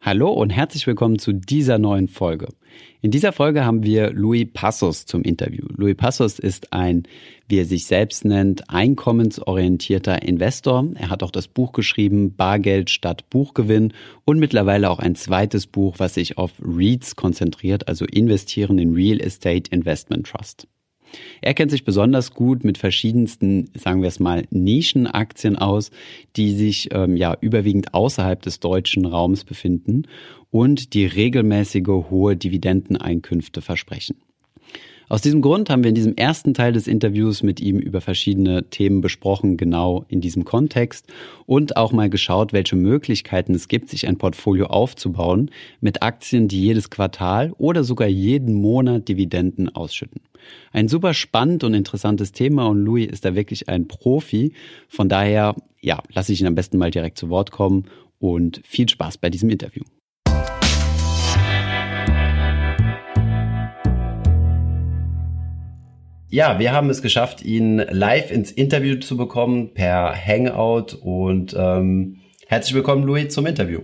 Hallo und herzlich willkommen zu dieser neuen Folge. In dieser Folge haben wir Louis Passos zum Interview. Louis Passos ist ein, wie er sich selbst nennt, einkommensorientierter Investor. Er hat auch das Buch geschrieben, Bargeld statt Buchgewinn, und mittlerweile auch ein zweites Buch, was sich auf REITs konzentriert, also Investieren in Real Estate Investment Trust. Er kennt sich besonders gut mit verschiedensten, sagen wir es mal, Nischenaktien aus, die sich überwiegend außerhalb des deutschen Raums befinden und die regelmäßige hohe Dividendeneinkünfte versprechen. Aus diesem Grund haben wir in diesem ersten Teil des Interviews mit ihm über verschiedene Themen besprochen, genau in diesem Kontext, und auch mal geschaut, welche Möglichkeiten es gibt, sich ein Portfolio aufzubauen mit Aktien, die jedes Quartal oder sogar jeden Monat Dividenden ausschütten. Ein super spannend und interessantes Thema, und Louis ist da wirklich ein Profi. Von daher, lasse ich ihn am besten mal direkt zu Wort kommen und viel Spaß bei diesem Interview. Ja, wir haben es geschafft, ihn live ins Interview zu bekommen per Hangout, und herzlich willkommen, Louis, zum Interview.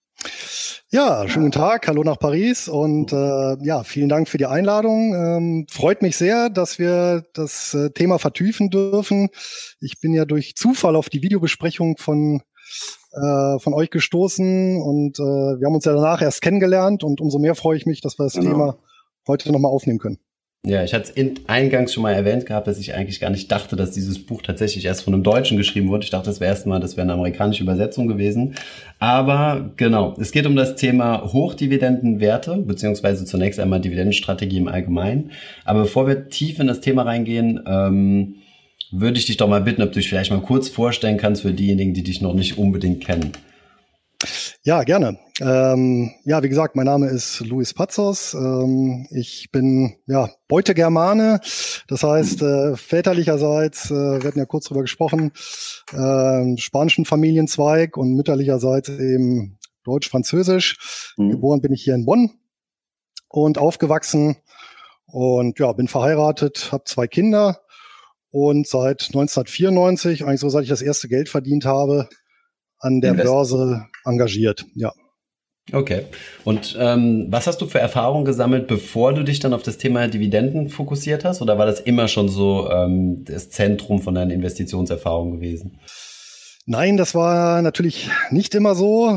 Ja, schönen guten Tag, hallo nach Paris und vielen Dank für die Einladung. Freut mich sehr, dass wir das Thema vertiefen dürfen. Ich bin ja durch Zufall auf die Videobesprechung von euch gestoßen und wir haben uns ja danach erst kennengelernt, und umso mehr freue ich mich, dass wir das Thema heute nochmal aufnehmen können. Ja, ich hatte es eingangs schon mal erwähnt gehabt, dass ich eigentlich gar nicht dachte, dass dieses Buch tatsächlich erst von einem Deutschen geschrieben wurde. Ich dachte, das wäre eine amerikanische Übersetzung gewesen. Aber genau, es geht um das Thema Hochdividendenwerte, beziehungsweise zunächst einmal Dividendenstrategie im Allgemeinen. Aber bevor wir tief in das Thema reingehen, würde ich dich doch mal bitten, ob du dich vielleicht mal kurz vorstellen kannst für diejenigen, die dich noch nicht unbedingt kennen. Ja, gerne. Wie gesagt, mein Name ist Louis Passos. Ich bin Beutegermane, das heißt väterlicherseits, wir hatten ja kurz drüber gesprochen, spanischen Familienzweig, und mütterlicherseits eben deutsch-französisch. Geboren bin ich hier in Bonn und aufgewachsen und bin verheiratet, habe 2 Kinder und seit 1994, eigentlich so seit ich das erste Geld verdient habe, an der Börse engagiert, ja. Okay. Und was hast du für Erfahrungen gesammelt, bevor du dich dann auf das Thema Dividenden fokussiert hast? Oder war das immer schon so das Zentrum von deinen Investitionserfahrungen gewesen? Nein, das war natürlich nicht immer so.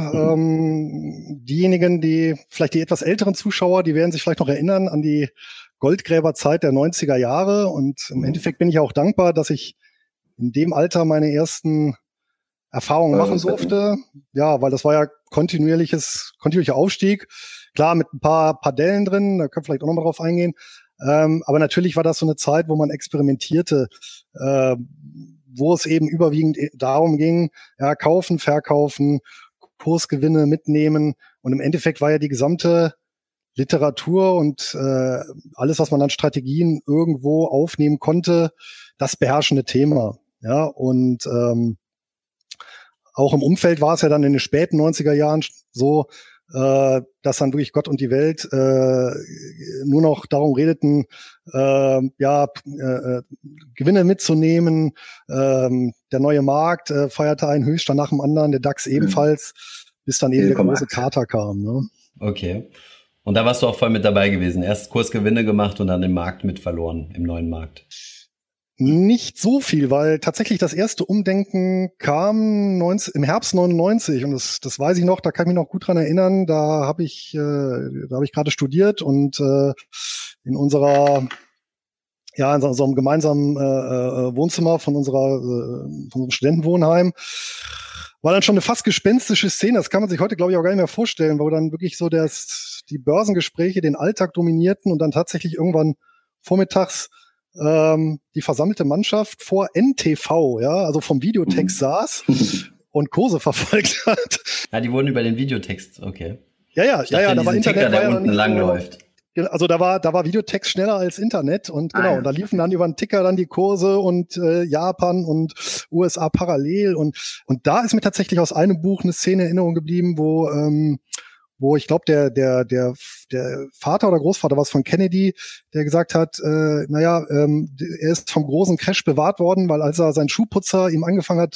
Diejenigen, vielleicht die etwas älteren Zuschauer, die werden sich vielleicht noch erinnern an die Goldgräberzeit der 90er Jahre. Und im Endeffekt bin ich auch dankbar, dass ich in dem Alter meine ersten Erfahrungen machen durfte. Ja, weil das war ja kontinuierlicher Aufstieg. Klar, mit ein paar Dellen drin, da können wir vielleicht auch nochmal drauf eingehen. Aber natürlich war das so eine Zeit, wo man experimentierte, wo es eben überwiegend darum ging, kaufen, verkaufen, Kursgewinne mitnehmen. Und im Endeffekt war ja die gesamte Literatur und alles, was man an Strategien irgendwo aufnehmen konnte, das beherrschende Thema. Ja, und auch im Umfeld war es ja dann in den späten 90er Jahren so, dass dann wirklich Gott und die Welt nur noch darum redeten, Gewinne mitzunehmen. Der neue Markt feierte einen Höchststand nach dem anderen, der DAX ebenfalls, bis dann eben der große Kater kam. Ne? Okay. Und da warst du auch voll mit dabei gewesen. Erst Kursgewinne gemacht und dann den Markt mit verloren, im neuen Markt. Nicht so viel, weil tatsächlich das erste Umdenken kam im Herbst 99, und das weiß ich noch, da kann ich mich noch gut dran erinnern. Da habe ich gerade studiert, und in unserem gemeinsamen Wohnzimmer von unserem Studentenwohnheim war dann schon eine fast gespenstische Szene. Das kann man sich heute, glaube ich, auch gar nicht mehr vorstellen, wo dann wirklich so die Börsengespräche den Alltag dominierten und dann tatsächlich irgendwann vormittags die versammelte Mannschaft vor NTV, also vom Videotext saß und Kurse verfolgt hat. Ja, die wurden über den Videotext, okay. Ja, da war Internet, Ticker, der unten lang läuft. Also da war Videotext schneller als Internet, und und da liefen dann über den Ticker dann die Kurse und Japan und USA parallel, und da ist mir tatsächlich aus einem Buch eine Szene in Erinnerung geblieben, wo ich glaube, der Vater oder Großvater war es von Kennedy, der gesagt hat, er ist vom großen Crash bewahrt worden, weil als er sein Schuhputzer ihm angefangen hat,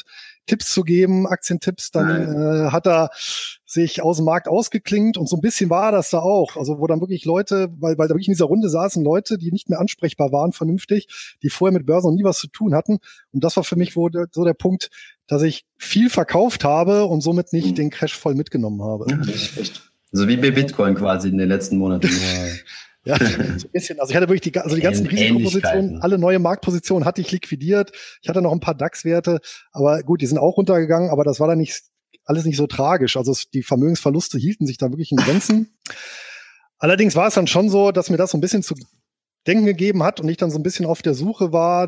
Tipps zu geben, Aktientipps, dann hat er sich aus dem Markt ausgeklingt und so ein bisschen war das da auch. Also wo dann wirklich Leute, weil da wirklich in dieser Runde saßen Leute, die nicht mehr ansprechbar waren vernünftig, die vorher mit Börse noch nie was zu tun hatten. Und das war für mich so der Punkt, dass ich viel verkauft habe und somit nicht den Crash voll mitgenommen habe. Ja, echt. So wie bei Bitcoin quasi in den letzten Monaten. Ja, so ein bisschen. Also ich hatte wirklich die ganzen Risikopositionen, alle neue Marktpositionen hatte ich liquidiert. Ich hatte noch ein paar DAX-Werte, aber gut, die sind auch runtergegangen, aber das war dann alles nicht so tragisch. Also die Vermögensverluste hielten sich dann wirklich in Grenzen. Allerdings war es dann schon so, dass mir das so ein bisschen zu denken gegeben hat und ich dann so ein bisschen auf der Suche war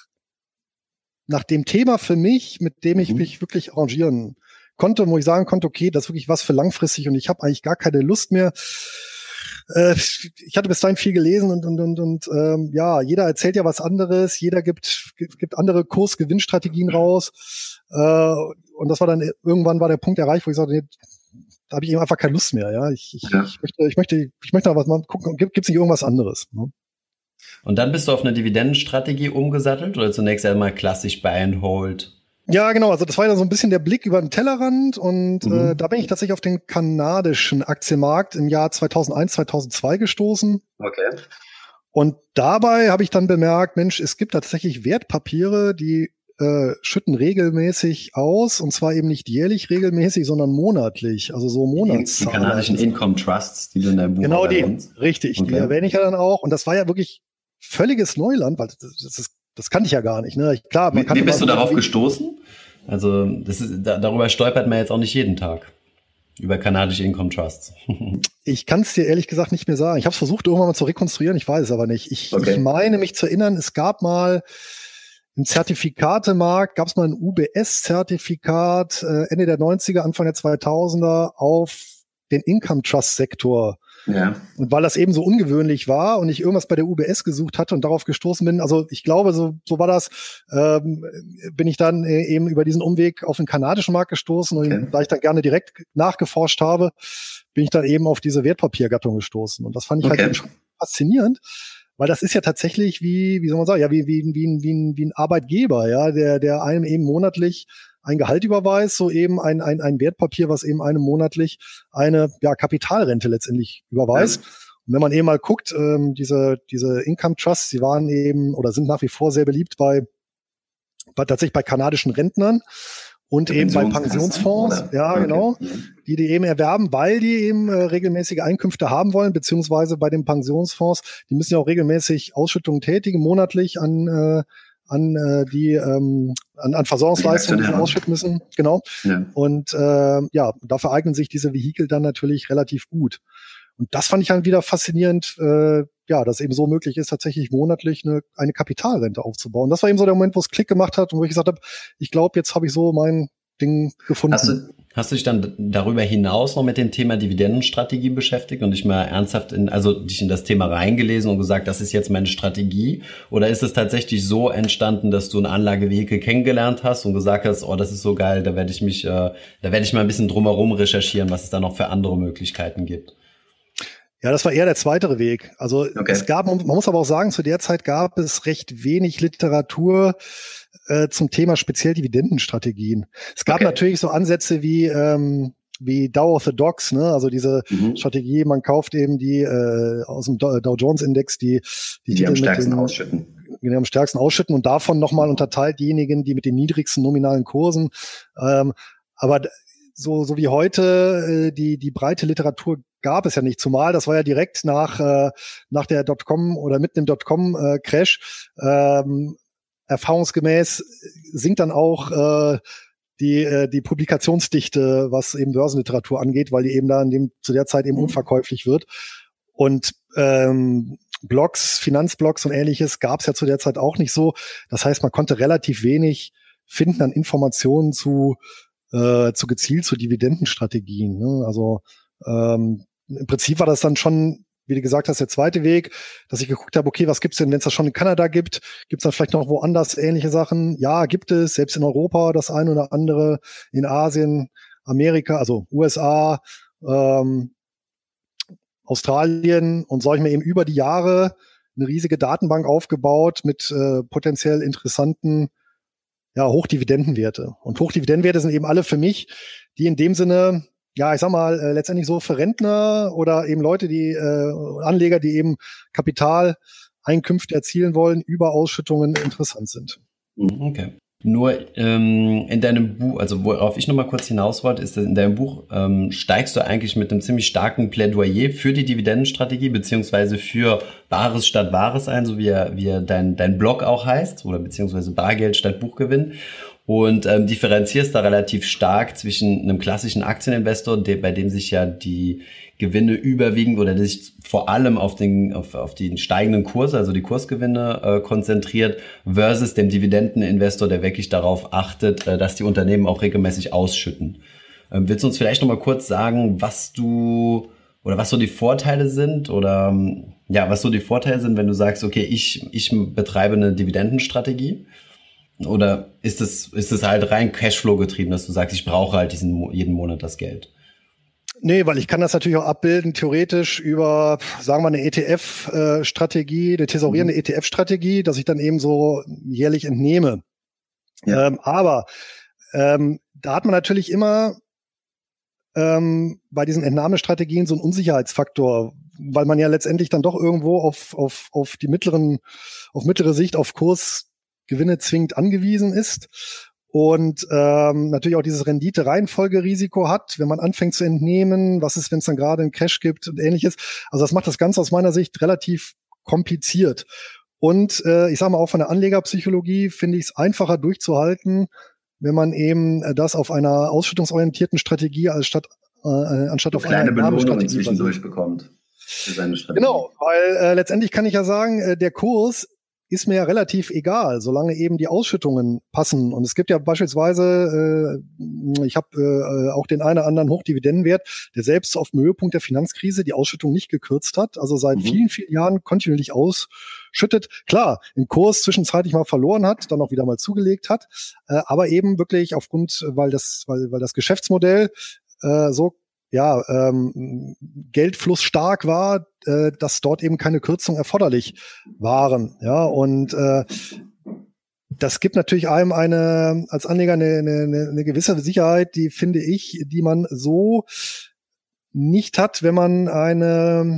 nach dem Thema für mich, mit dem ich mich wirklich arrangieren konnte, wo ich sagen konnte, okay, das ist wirklich was für langfristig und ich habe eigentlich gar keine Lust mehr. Ich hatte bis dahin viel gelesen und ja, jeder erzählt ja was anderes, jeder gibt andere Kursgewinnstrategien raus. Und das war dann, irgendwann war der Punkt erreicht, wo ich sagte, nee, da habe ich eben einfach keine Lust mehr. Ja, ich möchte noch was mal gucken, gibt's nicht irgendwas anderes? Ne? Und dann bist du auf eine Dividendenstrategie umgesattelt oder zunächst einmal klassisch Buy and Hold? Ja, genau. Also das war ja so ein bisschen der Blick über den Tellerrand und da bin ich tatsächlich auf den kanadischen Aktienmarkt im Jahr 2001, 2002 gestoßen. Okay. Und dabei habe ich dann bemerkt, Mensch, es gibt tatsächlich Wertpapiere, die schütten regelmäßig aus und zwar eben nicht jährlich regelmäßig, sondern monatlich, also so Monatszahlen. Die kanadischen Income Trusts, die du in deinem Buch genau erwähnst. Genau, richtig. Okay. Die erwähne ich ja dann auch. Und das war ja wirklich völliges Neuland, weil das kannte ich ja gar nicht. Ne? Klar, wie bist du darauf gestoßen? Also darüber stolpert man jetzt auch nicht jeden Tag. Über kanadische Income Trusts. Ich kann es dir ehrlich gesagt nicht mehr sagen. Ich habe es versucht, irgendwann mal zu rekonstruieren. Ich weiß es aber nicht. Ich meine mich zu erinnern, es gab mal im Zertifikatemarkt, gab es mal ein UBS-Zertifikat Ende der 90er, Anfang der 2000er auf den Income Trust Sektor. Ja. Und weil das eben so ungewöhnlich war und ich irgendwas bei der UBS gesucht hatte und darauf gestoßen bin, also ich glaube, so war das, bin ich dann eben über diesen Umweg auf den kanadischen Markt gestoßen und da ich dann gerne direkt nachgeforscht habe, bin ich dann eben auf diese Wertpapiergattung gestoßen. Und das fand ich halt eben schon faszinierend, weil das ist ja tatsächlich wie soll man sagen, ja, wie ein Arbeitgeber, ja, der einem eben monatlich ein Gehalt überweist, so eben ein Wertpapier, was eben einem monatlich eine Kapitalrente letztendlich überweist. Ja. Und wenn man eben mal guckt, diese Income Trusts, die waren eben oder sind nach wie vor sehr beliebt tatsächlich bei kanadischen Rentnern und eben bei Pensionsfonds, oder? Ja, okay. Genau, die eben erwerben, weil die eben regelmäßige Einkünfte haben wollen, beziehungsweise bei den Pensionsfonds, die müssen ja auch regelmäßig Ausschüttungen tätigen, monatlich an Versorgungsleistungen, die sie ausschütten müssen. Genau. Ja. Und dafür eignen sich diese Vehikel dann natürlich relativ gut. Und das fand ich dann wieder faszinierend, dass eben so möglich ist, tatsächlich monatlich eine Kapitalrente aufzubauen. Das war eben so der Moment, wo es Klick gemacht hat und wo ich gesagt habe, ich glaube, jetzt habe ich so mein Ding gefunden. Hast du dich dann darüber hinaus noch mit dem Thema Dividendenstrategie beschäftigt und dich mal ernsthaft dich in das Thema reingelesen und gesagt, das ist jetzt meine Strategie? Oder ist es tatsächlich so entstanden, dass du ein Anlagevehikel kennengelernt hast und gesagt hast, oh, das ist so geil, da werde ich mal ein bisschen drumherum recherchieren, was es da noch für andere Möglichkeiten gibt? Ja, das war eher der zweite Weg. Also es gab, man muss aber auch sagen, zu der Zeit gab es recht wenig Literatur zum Thema speziell Dividendenstrategien. Es gab natürlich so Ansätze wie Dow Orthodox, ne? Also diese Strategie, man kauft eben die aus dem Dow Jones Index, die am stärksten ausschütten. Die am stärksten ausschütten und davon nochmal unterteilt diejenigen, die mit den niedrigsten nominalen Kursen. Aber so wie heute die breite Literatur gab es ja nicht, zumal das war ja direkt nach der Dotcom oder mit dem Dotcom Crash. Erfahrungsgemäß sinkt dann auch die Publikationsdichte, was eben Börsenliteratur angeht, weil die eben da zu der Zeit eben unverkäuflich wird. Und Blogs, Finanzblogs und ähnliches gab es ja zu der Zeit auch nicht so. Das heißt, man konnte relativ wenig finden an Informationen zu gezielt zu Dividendenstrategien. Ne? Also im Prinzip war das dann schon, wie du gesagt hast, der zweite Weg, dass ich geguckt habe, okay, was gibt's denn, wenn es das schon in Kanada gibt? Gibt's dann vielleicht noch woanders ähnliche Sachen? Ja, gibt es, selbst in Europa das eine oder andere, in Asien, Amerika, also USA, Australien, und so habe ich mir eben über die Jahre eine riesige Datenbank aufgebaut mit potenziell interessanten Hochdividendenwerte. Und Hochdividendenwerte sind eben alle für mich, die in dem Sinne, ja, ich sag mal, letztendlich so für Rentner oder eben Leute, die Anleger, die eben Kapitaleinkünfte erzielen wollen, über Ausschüttungen interessant sind. Okay. Nur in deinem Buch, also worauf ich nochmal kurz hinaus wollte, ist, dass in deinem Buch steigst du eigentlich mit einem ziemlich starken Plädoyer für die Dividendenstrategie beziehungsweise für Bares statt Wahres ein, so wie dein Blog auch heißt, oder beziehungsweise Bargeld statt Buchgewinn. Und differenzierst da relativ stark zwischen einem klassischen Aktieninvestor, bei dem sich ja die Gewinne überwiegend oder der sich vor allem auf den steigenden Kurs, also die Kursgewinne konzentriert, versus dem Dividendeninvestor, der wirklich darauf achtet, dass die Unternehmen auch regelmäßig ausschütten. Willst du uns vielleicht noch mal kurz sagen, was so die Vorteile sind was so die Vorteile sind, wenn du sagst, okay, ich betreibe eine Dividendenstrategie? Oder ist es halt rein Cashflow getrieben, dass du sagst, ich brauche halt jeden Monat das Geld? Nee, weil ich kann das natürlich auch abbilden, theoretisch über, sagen wir, eine ETF-Strategie, eine thesaurierende ETF-Strategie, dass ich dann eben so jährlich entnehme. Ja. Aber da hat man natürlich immer bei diesen Entnahmestrategien so einen Unsicherheitsfaktor, weil man ja letztendlich dann doch irgendwo auf mittlere Sicht auf Kursgewinne zwingend angewiesen ist. Und natürlich auch dieses Rendite-Reihenfolgerisiko hat, wenn man anfängt zu entnehmen, was ist, wenn es dann gerade einen Crash gibt und ähnliches. Also das macht das Ganze aus meiner Sicht relativ kompliziert. Und ich sage mal, auch von der Anlegerpsychologie finde ich es einfacher durchzuhalten, wenn man eben das auf einer ausschüttungsorientierten Strategie anstatt auf einer Belohnung zwischendurch bekommt für seine Strategie. Genau, weil letztendlich kann ich ja sagen, der Kurs ist mir ja relativ egal, solange eben die Ausschüttungen passen. Und es gibt ja beispielsweise, ich habe auch den einen oder anderen Hochdividendenwert, der selbst auf dem Höhepunkt der Finanzkrise die Ausschüttung nicht gekürzt hat, also seit vielen, vielen Jahren kontinuierlich ausschüttet. Klar, im Kurs zwischenzeitlich mal verloren hat, dann auch wieder mal zugelegt hat, aber eben wirklich weil das Geschäftsmodell Geldfluss stark war, dass dort eben keine Kürzungen erforderlich waren. Ja, und das gibt natürlich einem als Anleger eine gewisse Sicherheit, die finde ich, die man so nicht hat, wenn man eine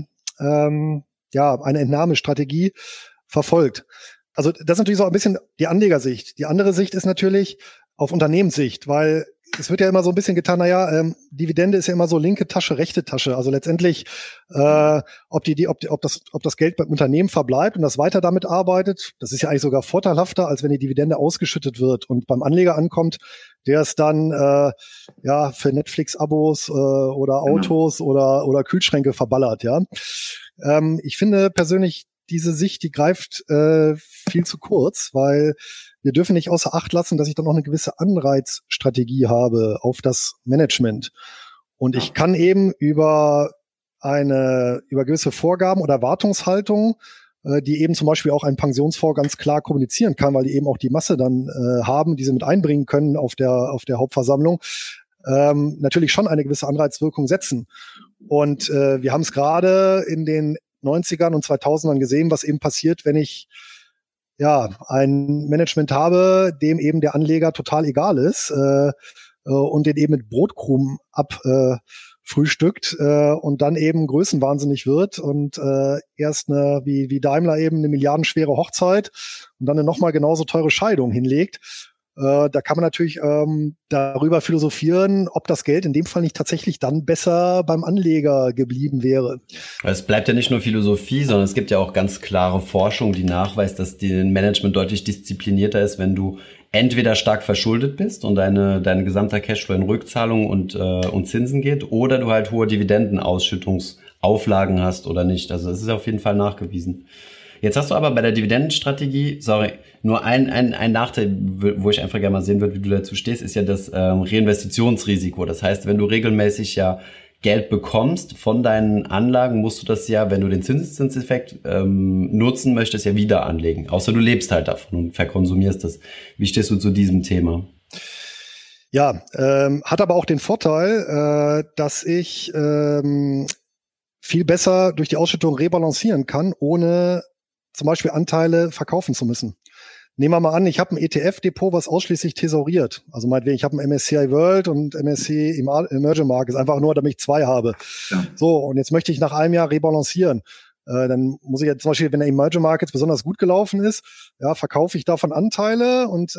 Entnahmestrategie verfolgt. Also das ist natürlich so ein bisschen die Anlegersicht. Die andere Sicht ist natürlich auf Unternehmenssicht, weil es wird ja immer so ein bisschen getan, Dividende ist ja immer so linke Tasche, rechte Tasche. Also letztendlich, ob das Geld beim Unternehmen verbleibt und das weiter damit arbeitet, das ist ja eigentlich sogar vorteilhafter, als wenn die Dividende ausgeschüttet wird und beim Anleger ankommt, der es dann für Netflix-Abos oder Autos oder Kühlschränke verballert. Ja, ich finde persönlich diese Sicht, die greift viel zu kurz, weil wir dürfen nicht außer Acht lassen, dass ich dann noch eine gewisse Anreizstrategie habe auf das Management. Und ich kann eben über gewisse Vorgaben oder Erwartungshaltungen, die eben zum Beispiel auch ein Pensionsfonds ganz klar kommunizieren kann, weil die eben auch die Masse dann haben, die sie mit einbringen können auf der Hauptversammlung, natürlich schon eine gewisse Anreizwirkung setzen. Und wir haben es gerade in den 90ern und 2000ern gesehen, was eben passiert, wenn ich ein Management habe, dem eben der Anleger total egal ist und den eben mit Brotkrumen abfrühstückt und dann eben größenwahnsinnig wird und erst wie Daimler eben eine milliardenschwere Hochzeit und dann eine nochmal genauso teure Scheidung hinlegt. Da kann man natürlich darüber philosophieren, ob das Geld in dem Fall nicht tatsächlich dann besser beim Anleger geblieben wäre. Es bleibt ja nicht nur Philosophie, sondern es gibt ja auch ganz klare Forschung, die nachweist, dass dein Management deutlich disziplinierter ist, wenn du entweder stark verschuldet bist und dein gesamter Cashflow in Rückzahlungen und Zinsen geht, oder du halt hohe Dividendenausschüttungsauflagen hast oder nicht. Also das ist auf jeden Fall nachgewiesen. Jetzt hast du aber bei der Dividendenstrategie, nur ein Nachteil, wo ich einfach gerne mal sehen würde, wie du dazu stehst, ist ja das Reinvestitionsrisiko. Das heißt, wenn du regelmäßig ja Geld bekommst von deinen Anlagen, musst du das ja, wenn du den Zinseszinseffekt nutzen möchtest, ja wieder anlegen. Außer du lebst halt davon und verkonsumierst das. Wie stehst du zu diesem Thema? Ja, hat aber auch den Vorteil, dass ich viel besser durch die Ausschüttung rebalancieren kann, ohne zum Beispiel Anteile verkaufen zu müssen. nehmen wir mal an, ich habe ein ETF-Depot, was ausschließlich thesauriert. Also meinetwegen, ich habe ein MSCI World und MSCI Emerging Markets, einfach nur, damit ich 2 habe. Ja. So, und jetzt möchte ich nach einem Jahr rebalancieren. Dann muss ich jetzt zum Beispiel, wenn der Emerging Markets besonders gut gelaufen ist, ja, verkaufe ich davon Anteile und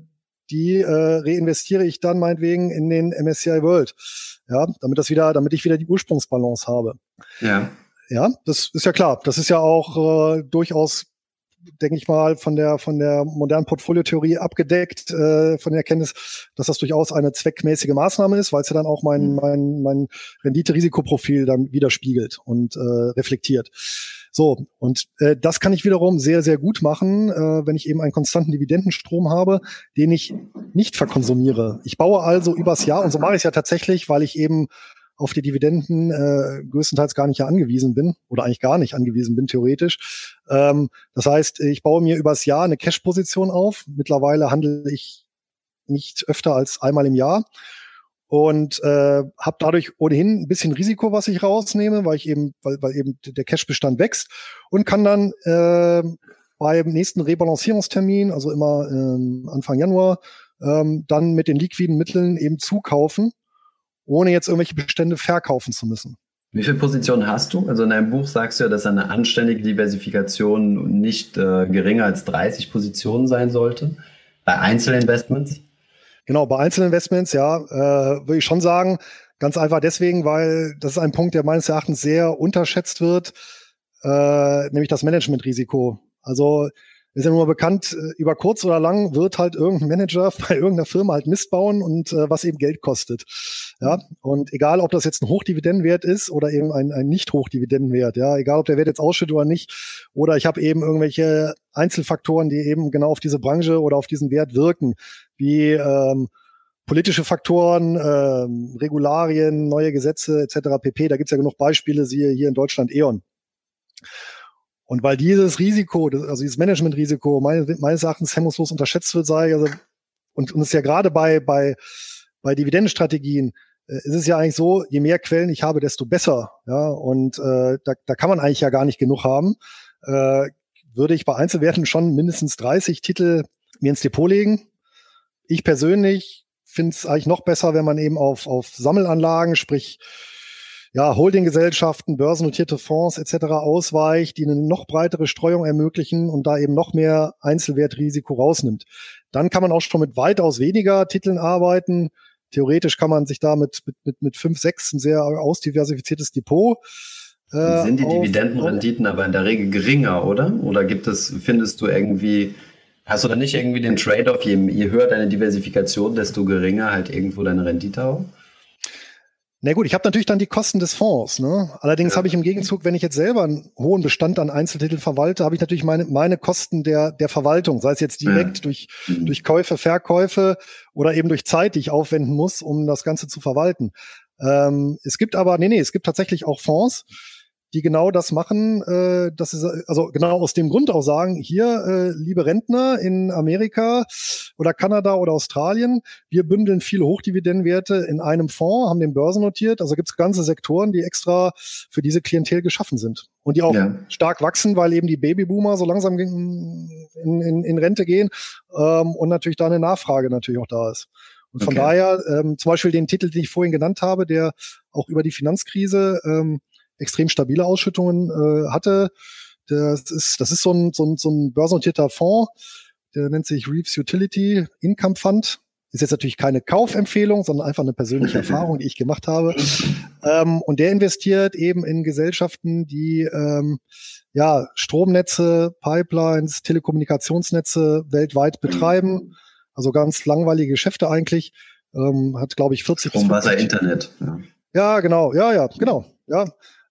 die reinvestiere ich dann meinetwegen in den MSCI World. Ja, damit ich wieder die Ursprungsbalance habe. Ja. Ja, das ist ja klar. Das ist ja auch durchaus, denke ich mal, von der modernen Portfoliotheorie abgedeckt, von der Erkenntnis, dass das durchaus eine zweckmäßige Maßnahme ist, weil es ja dann auch mein Rendite-Risikoprofil dann widerspiegelt und reflektiert. So, und das kann ich wiederum sehr, sehr gut machen, wenn ich eben einen konstanten Dividendenstrom habe, den ich nicht verkonsumiere. Ich baue also übers Jahr, und so mache ich es ja tatsächlich, weil ich eben auf die Dividenden größtenteils gar nicht angewiesen bin oder eigentlich gar nicht angewiesen bin, theoretisch. Das heißt, ich baue mir übers Jahr eine Cash-Position auf. Mittlerweile handle ich nicht öfter als einmal im Jahr und habe dadurch ohnehin ein bisschen Risiko, was ich rausnehme, weil eben der Cash-Bestand wächst und kann dann beim nächsten Rebalancierungstermin, also immer Anfang Januar, dann mit den liquiden Mitteln eben zukaufen, ohne jetzt irgendwelche Bestände verkaufen zu müssen. Wie viele Positionen hast du? Also in deinem Buch sagst du ja, dass eine anständige Diversifikation nicht geringer als 30 Positionen sein sollte. Bei Einzelinvestments? Genau, bei Einzelinvestments, ja, würde ich schon sagen. Ganz einfach deswegen, weil das ist ein Punkt, der meines Erachtens sehr unterschätzt wird, nämlich das Managementrisiko. Also ist ja nur bekannt, über kurz oder lang wird halt irgendein Manager bei irgendeiner Firma halt Mist bauen und was eben Geld kostet. Ja, und egal, ob das jetzt ein Hochdividendenwert ist oder eben ein Nicht-Hochdividendenwert, ja, egal, ob der Wert jetzt ausschüttet oder nicht, oder ich habe eben irgendwelche Einzelfaktoren, die eben genau auf diese Branche oder auf diesen Wert wirken, wie politische Faktoren, Regularien, neue Gesetze etc. pp. Da gibt's ja genug Beispiele, siehe hier in Deutschland E.ON. Und weil dieses Risiko, also dieses Managementrisiko meines Erachtens hemmungslos unterschätzt wird, und es ja gerade bei Dividendenstrategien ist es ja eigentlich so, je mehr Quellen ich habe, desto besser. Ja, und da kann man eigentlich ja gar nicht genug haben. Würde ich bei Einzelwerten schon mindestens 30 Titel mir ins Depot legen. Ich persönlich finde es eigentlich noch besser, wenn man eben auf Sammelanlagen, sprich ja, Holdinggesellschaften, börsennotierte Fonds etc. ausweicht, die eine noch breitere Streuung ermöglichen und da eben noch mehr Einzelwertrisiko rausnimmt. Dann kann man auch schon mit weitaus weniger Titeln arbeiten. Theoretisch kann man sich da mit 5, 6 ein sehr ausdiversifiziertes Depot sind die Dividendenrenditen aber in der Regel geringer, oder? Oder findest du irgendwie, hast du da nicht irgendwie den Trade-off, je höher deine Diversifikation, desto geringer halt irgendwo deine Rendite auch? Na gut, ich habe natürlich dann die Kosten des Fonds. Ne? Allerdings habe ich im Gegenzug, wenn ich jetzt selber einen hohen Bestand an Einzeltiteln verwalte, habe ich natürlich meine Kosten der Verwaltung, sei es jetzt direkt durch Käufe, Verkäufe oder eben durch Zeit, die ich aufwenden muss, um das Ganze zu verwalten. Es gibt tatsächlich auch Fonds, die genau das machen, das ist also genau aus dem Grund auch sagen, hier, liebe Rentner in Amerika oder Kanada oder Australien, wir bündeln viele Hochdividendenwerte in einem Fonds, haben den bönnotiert, also gibt es ganze Sektoren, die extra für diese Klientel geschaffen sind und die auch stark wachsen, weil eben die Babyboomer so langsam in Rente gehen und natürlich da eine Nachfrage natürlich auch da ist. Und von daher, zum Beispiel den Titel, den ich vorhin genannt habe, der auch über die Finanzkrise extrem stabile Ausschüttungen hatte. Das ist so ein börsennotierter Fonds, der nennt sich Reeves Utility Income Fund. Ist jetzt natürlich keine Kaufempfehlung, sondern einfach eine persönliche Erfahrung, die ich gemacht habe. Und der investiert eben in Gesellschaften, die Stromnetze, Pipelines, Telekommunikationsnetze weltweit betreiben. Also ganz langweilige Geschäfte eigentlich. Hat, glaube ich, 40 Strom, Wasser, Internet. Ja, genau. Ja, genau. Ja.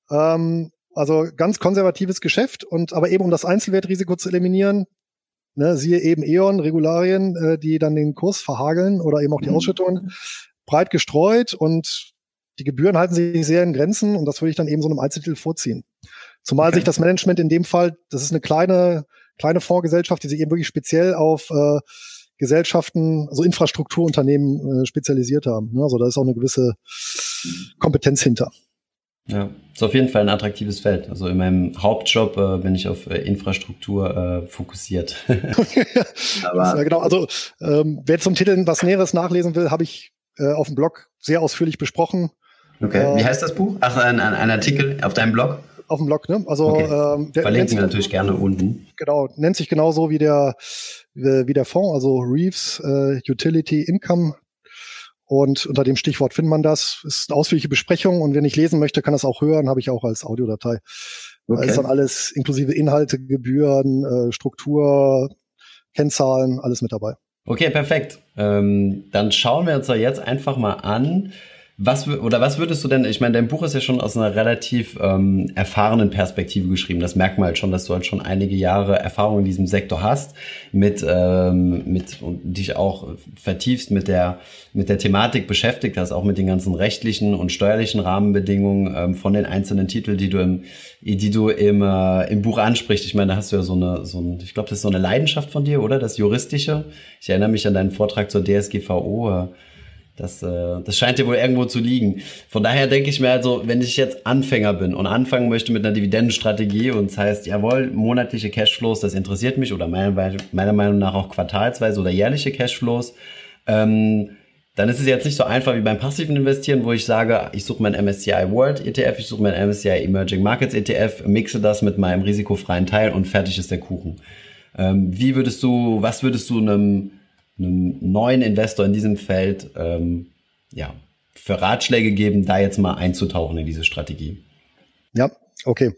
Also ganz konservatives Geschäft aber eben um das Einzelwertrisiko zu eliminieren, ne, siehe eben E.ON, Regularien, die dann den Kurs verhageln oder eben auch die Ausschüttungen, breit gestreut und die Gebühren halten sich sehr in Grenzen und das würde ich dann eben so einem Einzeltitel vorziehen. Zumal sich das Management in dem Fall, das ist eine kleine Fondsgesellschaft, die sich eben wirklich speziell auf Gesellschaften, also Infrastrukturunternehmen spezialisiert haben. Ne? Also da ist auch eine gewisse Kompetenz hinter. Ja, ist auf jeden Fall ein attraktives Feld. Also in meinem Hauptjob bin ich auf Infrastruktur fokussiert. Aber genau, also wer zum Titel was Näheres nachlesen will, habe ich auf dem Blog sehr ausführlich besprochen. Okay, wie heißt das Buch? Ach, ein Artikel auf deinem Blog? Auf dem Blog, ne? Also okay. Verlinken wir natürlich gerne unten. Genau, nennt sich genauso wie der Fonds, also Reeves Utility Income. Und unter dem Stichwort findet man das. Ist eine ausführliche Besprechung und wenn ich lesen möchte, kann das auch hören, habe ich auch als Audiodatei. Okay. Da ist dann alles inklusive Inhalte, Gebühren, Struktur, Kennzahlen, alles mit dabei. Okay, perfekt. Dann schauen wir uns doch jetzt einfach mal an, was würdest du denn, ich meine, dein Buch ist ja schon aus einer relativ erfahrenen Perspektive geschrieben. Das merkt man halt schon, dass du halt schon einige Jahre Erfahrung in diesem Sektor hast, mit und dich auch vertiefst mit der Thematik beschäftigt hast, auch mit den ganzen rechtlichen und steuerlichen Rahmenbedingungen von den einzelnen Titeln, die du im Buch ansprichst. Ich meine, da hast du ja ich glaube, das ist so eine Leidenschaft von dir, oder? Das Juristische. Ich erinnere mich an deinen Vortrag zur DSGVO. Das scheint dir wohl irgendwo zu liegen. Von daher denke ich mir also, wenn ich jetzt Anfänger bin und anfangen möchte mit einer Dividendenstrategie und das heißt, jawohl, monatliche Cashflows, das interessiert mich oder meiner Meinung nach auch quartalsweise oder jährliche Cashflows, dann ist es jetzt nicht so einfach wie beim passiven Investieren, wo ich sage, ich suche mein MSCI World ETF, ich suche mein MSCI Emerging Markets ETF, mixe das mit meinem risikofreien Teil und fertig ist der Kuchen. Was würdest du einem neuen Investor in diesem Feld für Ratschläge geben, da jetzt mal einzutauchen in diese Strategie? Ja, okay.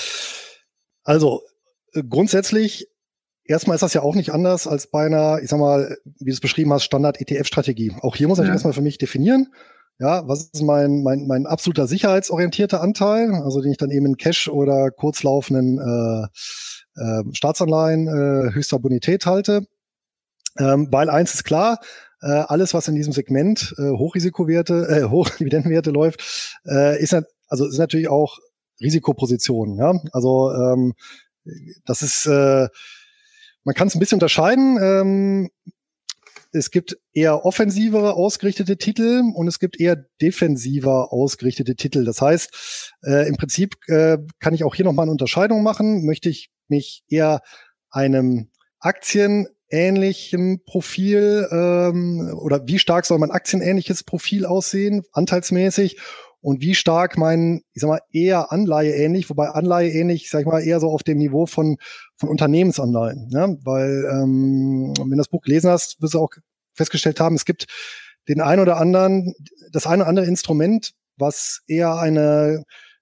Also grundsätzlich, erstmal ist das ja auch nicht anders als bei einer, ich sag mal, wie du es beschrieben hast, Standard-ETF-Strategie. Auch hier muss ich erstmal für mich definieren, ja, was ist mein absoluter sicherheitsorientierter Anteil, also den ich dann eben in Cash oder kurzlaufenden Staatsanleihen höchster Bonität halte. Weil eins ist klar, alles, was in diesem Segment Hochdividendenwerte läuft, ist natürlich auch Risikopositionen. Ja? Also das ist, man kann es ein bisschen unterscheiden. Es gibt eher offensivere ausgerichtete Titel und es gibt eher defensiver ausgerichtete Titel. Das heißt, im Prinzip kann ich auch hier nochmal eine Unterscheidung machen. Möchte ich mich eher einem aktienähnlichem Profil oder wie stark soll mein aktienähnliches Profil aussehen, anteilsmäßig, und wie stark mein, ich sag mal, eher anleiheähnlich, wobei anleiheähnlich, sag ich mal, eher so auf dem Niveau von Unternehmensanleihen. Ja? Weil, wenn du das Buch gelesen hast, wirst du auch festgestellt haben, es gibt das ein oder andere Instrument, was eher eine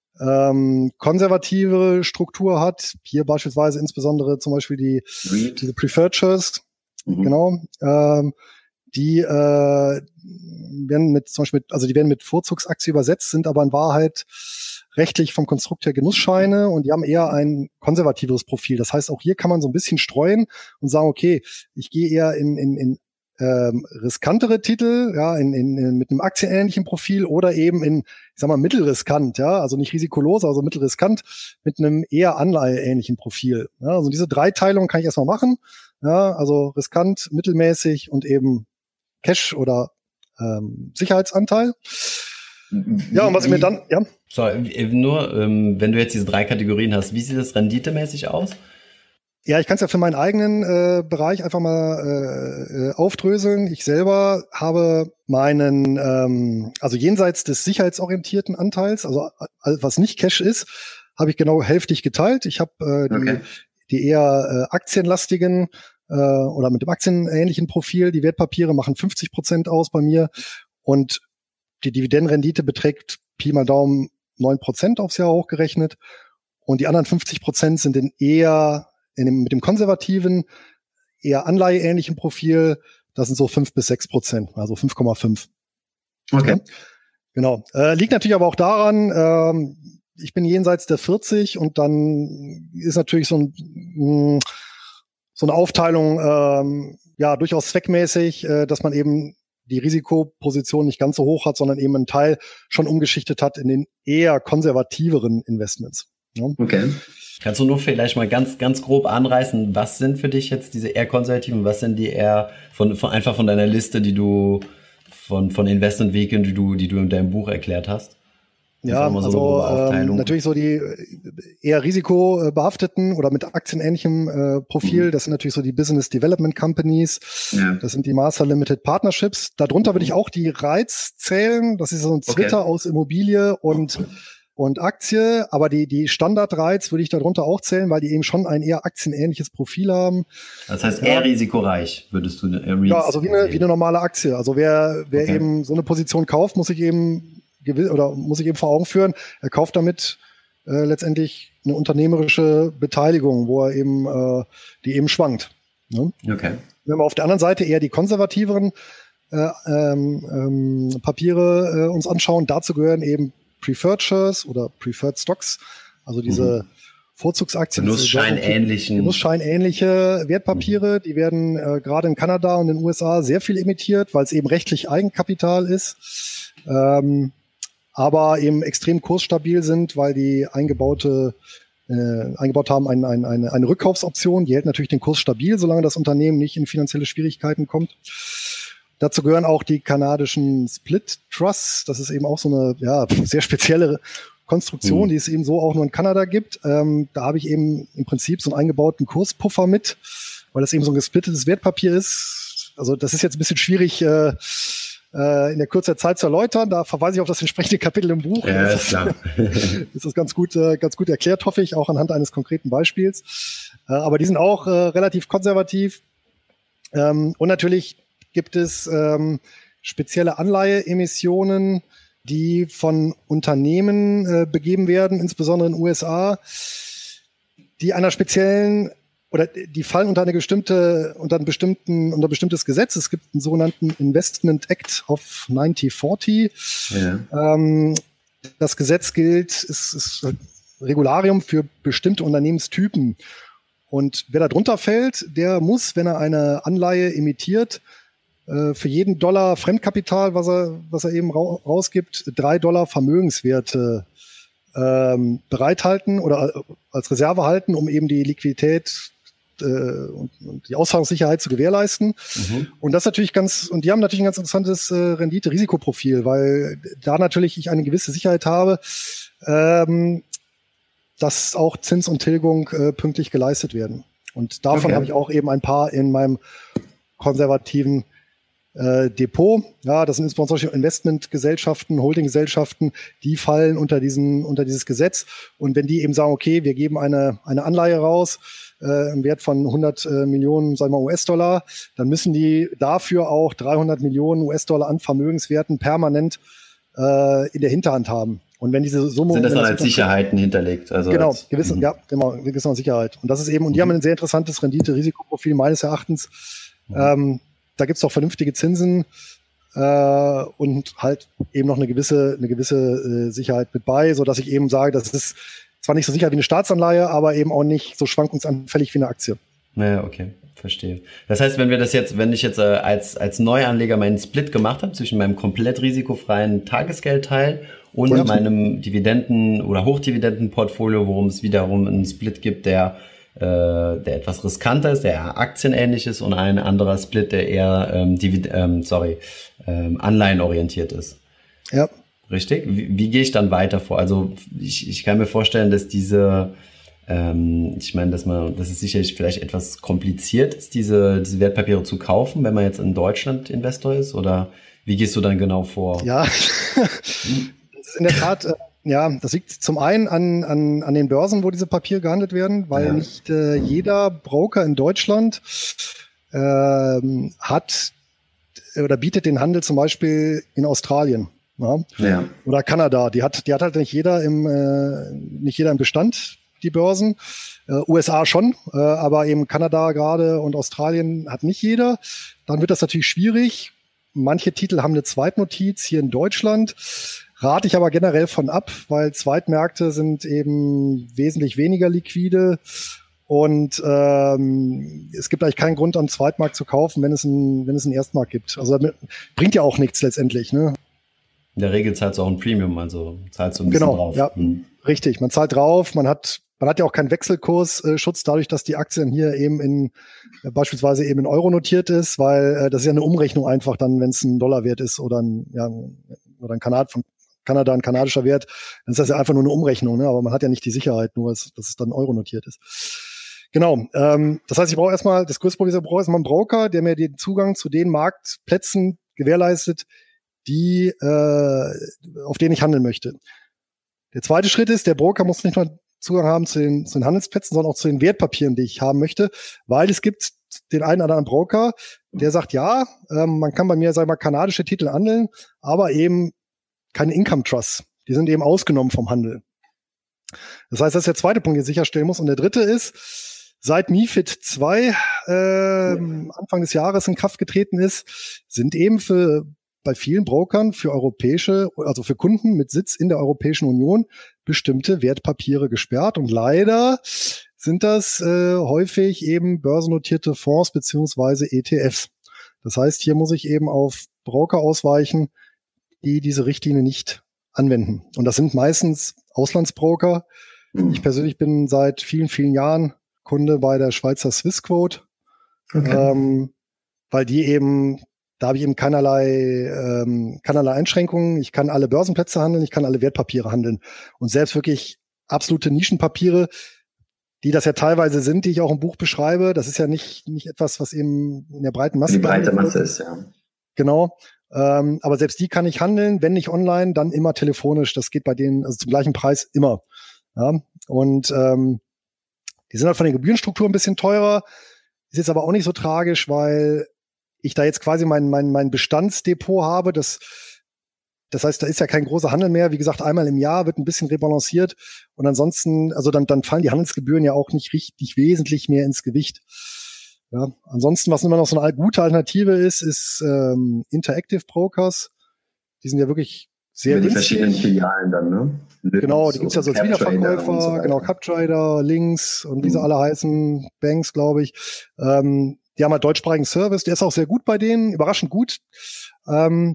konservative Struktur hat. Hier beispielsweise insbesondere zum Beispiel diese Preferred Shares. Genau. Die werden mit Vorzugsaktie übersetzt, sind aber in Wahrheit rechtlich vom Konstrukt her Genussscheine und die haben eher ein konservativeres Profil. Das heißt, auch hier kann man so ein bisschen streuen und sagen, okay, ich gehe eher in riskantere Titel, ja, mit einem aktienähnlichen Profil oder eben in, ich sag mal, mittelriskant, ja, also nicht risikolos, also mittelriskant mit einem eher anleiheähnlichen Profil. Ja, also diese Dreiteilung kann ich erstmal machen, ja, also riskant, mittelmäßig und eben Cash oder Sicherheitsanteil. Ja, und was ich mir dann, ja. So, nur, wenn du jetzt diese drei Kategorien hast, wie sieht das renditemäßig aus? Ja, ich kann es ja für meinen eigenen Bereich einfach mal aufdröseln. Ich selber habe meinen, also jenseits des sicherheitsorientierten Anteils, also was nicht Cash ist, habe ich genau hälftig geteilt. Ich habe die eher aktienlastigen oder mit dem aktienähnlichen Profil, die Wertpapiere machen 50% aus bei mir und die Dividendenrendite beträgt Pi mal Daumen 9% aufs Jahr hochgerechnet und die anderen 50% sind mit dem konservativen, eher anleiheähnlichen Profil, das sind so 5-6%, also 5,5. Okay. Ja, genau. Liegt natürlich aber auch daran, ich bin jenseits der 40 und dann ist natürlich so eine Aufteilung durchaus zweckmäßig, dass man eben die Risikoposition nicht ganz so hoch hat, sondern eben einen Teil schon umgeschichtet hat in den eher konservativeren Investments. Ja. Okay. Kannst du nur vielleicht mal ganz, ganz grob anreißen, was sind für dich jetzt diese eher konservativen, was sind die eher einfach von deiner Liste, die du von Investmentwegen, die du in deinem Buch erklärt hast? Ja, also natürlich so die eher risikobehafteten oder mit aktienähnlichem Profil, das sind natürlich so die Business Development Companies, das sind die Master Limited Partnerships. Darunter würde ich auch die REITs zählen, das ist so ein Twitter aus Immobilie und Aktie, aber die Standard-REITs würde ich darunter auch zählen, weil die eben schon ein eher aktienähnliches Profil haben. Das heißt eher risikoreich, würdest du REITs ja, also wie eine normale Aktie. Also wer eben so eine Position kauft, muss sich eben vor Augen führen, er kauft damit letztendlich eine unternehmerische Beteiligung, wo er eben die eben schwankt. Ne? Okay. Wenn wir auf der anderen Seite eher die konservativeren Papiere uns anschauen, dazu gehören eben Preferred Shares oder Preferred Stocks, also diese Vorzugsaktien. Genussscheinähnliche Wertpapiere, die werden gerade in Kanada und in den USA sehr viel emittiert, weil es eben rechtlich Eigenkapital ist. Aber eben extrem kursstabil sind, weil die eingebaut haben eine Rückkaufsoption. Die hält natürlich den Kurs stabil, solange das Unternehmen nicht in finanzielle Schwierigkeiten kommt. Dazu gehören auch die kanadischen Split Trusts. Das ist eben auch so eine sehr spezielle Konstruktion, die es eben so auch nur in Kanada gibt. Da habe ich eben im Prinzip so einen eingebauten Kurspuffer mit, weil das eben so ein gesplittetes Wertpapier ist. Also das ist jetzt ein bisschen schwierig in der Kürze der Zeit zu erläutern. Da verweise ich auf das entsprechende Kapitel im Buch. Ja, ist klar. Ist das ganz gut erklärt, hoffe ich, auch anhand eines konkreten Beispiels. Aber die sind auch relativ konservativ. Und natürlich gibt es spezielle Anleiheemissionen, die von Unternehmen begeben werden, insbesondere in den USA, die einer speziellen oder die fallen unter ein bestimmtes Gesetz. Es gibt einen sogenannten Investment Act of 1940. Ja. Das Gesetz ist Regularium für bestimmte Unternehmenstypen. Und wer da drunter fällt, der muss, wenn er eine Anleihe emittiert, für jeden $1 Fremdkapital, was er eben rausgibt, $3 Vermögenswerte bereithalten oder als Reserve halten, um eben die Liquidität und die Auszahlungssicherheit zu gewährleisten. Und das natürlich die haben natürlich ein ganz interessantes Rendite-Risikoprofil, weil da natürlich ich eine gewisse Sicherheit habe, dass auch Zins und Tilgung pünktlich geleistet werden. Und davon habe ich auch eben ein paar in meinem konservativen Depot. Ja, das sind insbesondere solche Investmentgesellschaften, Holdinggesellschaften, die fallen unter dieses Gesetz. Und wenn die eben sagen, okay, wir geben eine Anleihe raus im Wert von 100 Millionen, sagen wir US-Dollar, dann müssen die dafür auch 300 Millionen US-Dollar an Vermögenswerten permanent in der Hinterhand haben. Und wenn diese Summe... Sind das dann als Sicherheiten hinterlegt? Also genau, gewisse Sicherheit. Und das ist eben, und die haben ein sehr interessantes Rendite-Risikoprofil meines Erachtens. Da gibt's auch vernünftige Zinsen und halt eben noch eine gewisse Sicherheit mit bei, so dass ich eben sage, das ist zwar nicht so sicher wie eine Staatsanleihe, aber eben auch nicht so schwankungsanfällig wie eine Aktie. Naja, okay, verstehe. Das heißt, wenn ich jetzt als Neuanleger meinen Split gemacht habe zwischen meinem komplett risikofreien Tagesgeldteil und meinem Dividenden- oder Hochdividendenportfolio, worum es wiederum einen Split gibt, der etwas riskanter ist, der eher aktienähnlich ist, und ein anderer Split, der eher anleihenorientiert ist. Ja. Richtig? Wie gehe ich dann weiter vor? Also ich kann mir vorstellen, dass das ist sicherlich vielleicht etwas kompliziert ist, diese Wertpapiere zu kaufen, wenn man jetzt in Deutschland Investor ist, oder wie gehst du dann genau vor? Ja, das ist in der Tat... das liegt zum einen an den Börsen, wo diese Papiere gehandelt werden, weil nicht jeder Broker in Deutschland hat oder bietet den Handel zum Beispiel in Australien oder Kanada. Die hat halt nicht jeder im Bestand, die Börsen. USA schon, aber eben Kanada gerade und Australien hat nicht jeder. Dann wird das natürlich schwierig. Manche Titel haben eine Zweitnotiz hier in Deutschland. Rate ich aber generell von ab, weil Zweitmärkte sind eben wesentlich weniger liquide und es gibt eigentlich keinen Grund, am Zweitmarkt zu kaufen, wenn es einen Erstmarkt gibt. Also damit bringt ja auch nichts letztendlich. Ne? In der Regel zahlst du auch ein Premium, also zahlst du ein bisschen drauf. Genau, ja, richtig. Man zahlt drauf, man hat ja auch keinen Wechselkursschutz dadurch, dass die Aktien hier eben beispielsweise eben in Euro notiert ist, weil das ist ja eine Umrechnung einfach dann, wenn es ein Dollar wert ist oder ein Kanada ein kanadischer Wert, dann ist das ja einfach nur eine Umrechnung, ne? Aber man hat ja nicht die Sicherheit, nur dass es dann Euro notiert ist. Genau. Das heißt, ich brauche erstmal, das größte Problem ist, ich brauche erstmal einen Broker, der mir den Zugang zu den Marktplätzen gewährleistet, die auf denen ich handeln möchte. Der zweite Schritt ist, der Broker muss nicht nur Zugang haben zu den Handelsplätzen, sondern auch zu den Wertpapieren, die ich haben möchte, weil es gibt den einen oder anderen Broker, der sagt, ja, man kann bei mir, sag ich mal, kanadische Titel handeln, aber eben keine Income Trusts. Die sind eben ausgenommen vom Handel. Das heißt, das ist der zweite Punkt, den ich sicherstellen muss. Und der dritte ist, seit MiFID II Anfang des Jahres in Kraft getreten ist, sind eben bei vielen Brokern für also für Kunden mit Sitz in der Europäischen Union bestimmte Wertpapiere gesperrt. Und leider sind das häufig eben börsennotierte Fonds beziehungsweise ETFs. Das heißt, hier muss ich eben auf Broker ausweichen, die diese Richtlinie nicht anwenden. Und das sind meistens Auslandsbroker. Ich persönlich bin seit vielen, vielen Jahren Kunde bei der Schweizer Swissquote, okay. Weil da habe ich eben keinerlei Einschränkungen. Ich kann alle Börsenplätze handeln, ich kann alle Wertpapiere handeln. Und selbst wirklich absolute Nischenpapiere, die das ja teilweise sind, die ich auch im Buch beschreibe, das ist ja nicht etwas, was eben in der breiten Masse die breite Masse ist, ja. Genau. Aber selbst die kann ich handeln, wenn nicht online, dann immer telefonisch. Das geht bei denen, also zum gleichen Preis immer. Ja. Und die sind halt von den Gebührenstrukturen ein bisschen teurer. Ist jetzt aber auch nicht so tragisch, weil ich da jetzt quasi mein Bestandsdepot habe. Das heißt, da ist ja kein großer Handel mehr. Wie gesagt, einmal im Jahr wird ein bisschen rebalanciert. Und ansonsten, also dann fallen die Handelsgebühren ja auch nicht richtig wesentlich mehr ins Gewicht. Ja, ansonsten, was immer noch so eine gute Alternative ist Interactive Brokers. Die sind ja wirklich sehr günstig. Die verschiedenen Filialen dann, ne? Genau, die gibt's ja so als Wiederverkäufer, so genau, CapTrader, Links und wie sie alle heißen, Banks, glaube ich. Die haben halt deutschsprachigen Service, der ist auch sehr gut bei denen, überraschend gut. Aber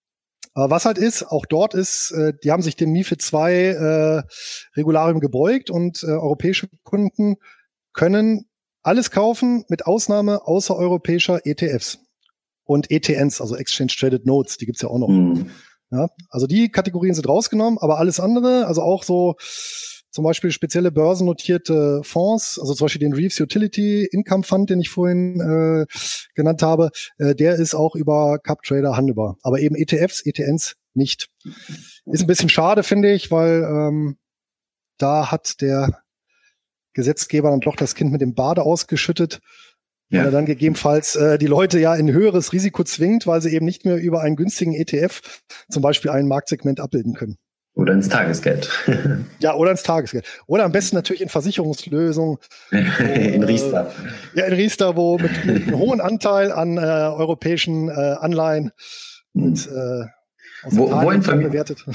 was halt ist, auch dort ist, die haben sich dem MiFID II Regularium gebeugt und europäische Kunden können alles kaufen, mit Ausnahme außereuropäischer ETFs und ETNs, also Exchange Traded Notes, die gibt's ja auch noch. Ja, also die Kategorien sind rausgenommen, aber alles andere, also auch so zum Beispiel spezielle börsennotierte Fonds, also zum Beispiel den Reeves Utility Income Fund, den ich vorhin genannt habe, der ist auch über CapTrader handelbar. Aber eben ETFs, ETNs nicht. Ist ein bisschen schade, finde ich, weil da hat der Gesetzgeber dann doch das Kind mit dem Bade ausgeschüttet, weil er dann gegebenenfalls die Leute ja in höheres Risiko zwingt, weil sie eben nicht mehr über einen günstigen ETF zum Beispiel ein Marktsegment abbilden können. Oder ins Tagesgeld. Ja, oder ins Tagesgeld. Oder am besten natürlich in Versicherungslösungen. In Riester. Ja, in Riester, wo mit einem hohen Anteil an europäischen Anleihen mit wo bewertet.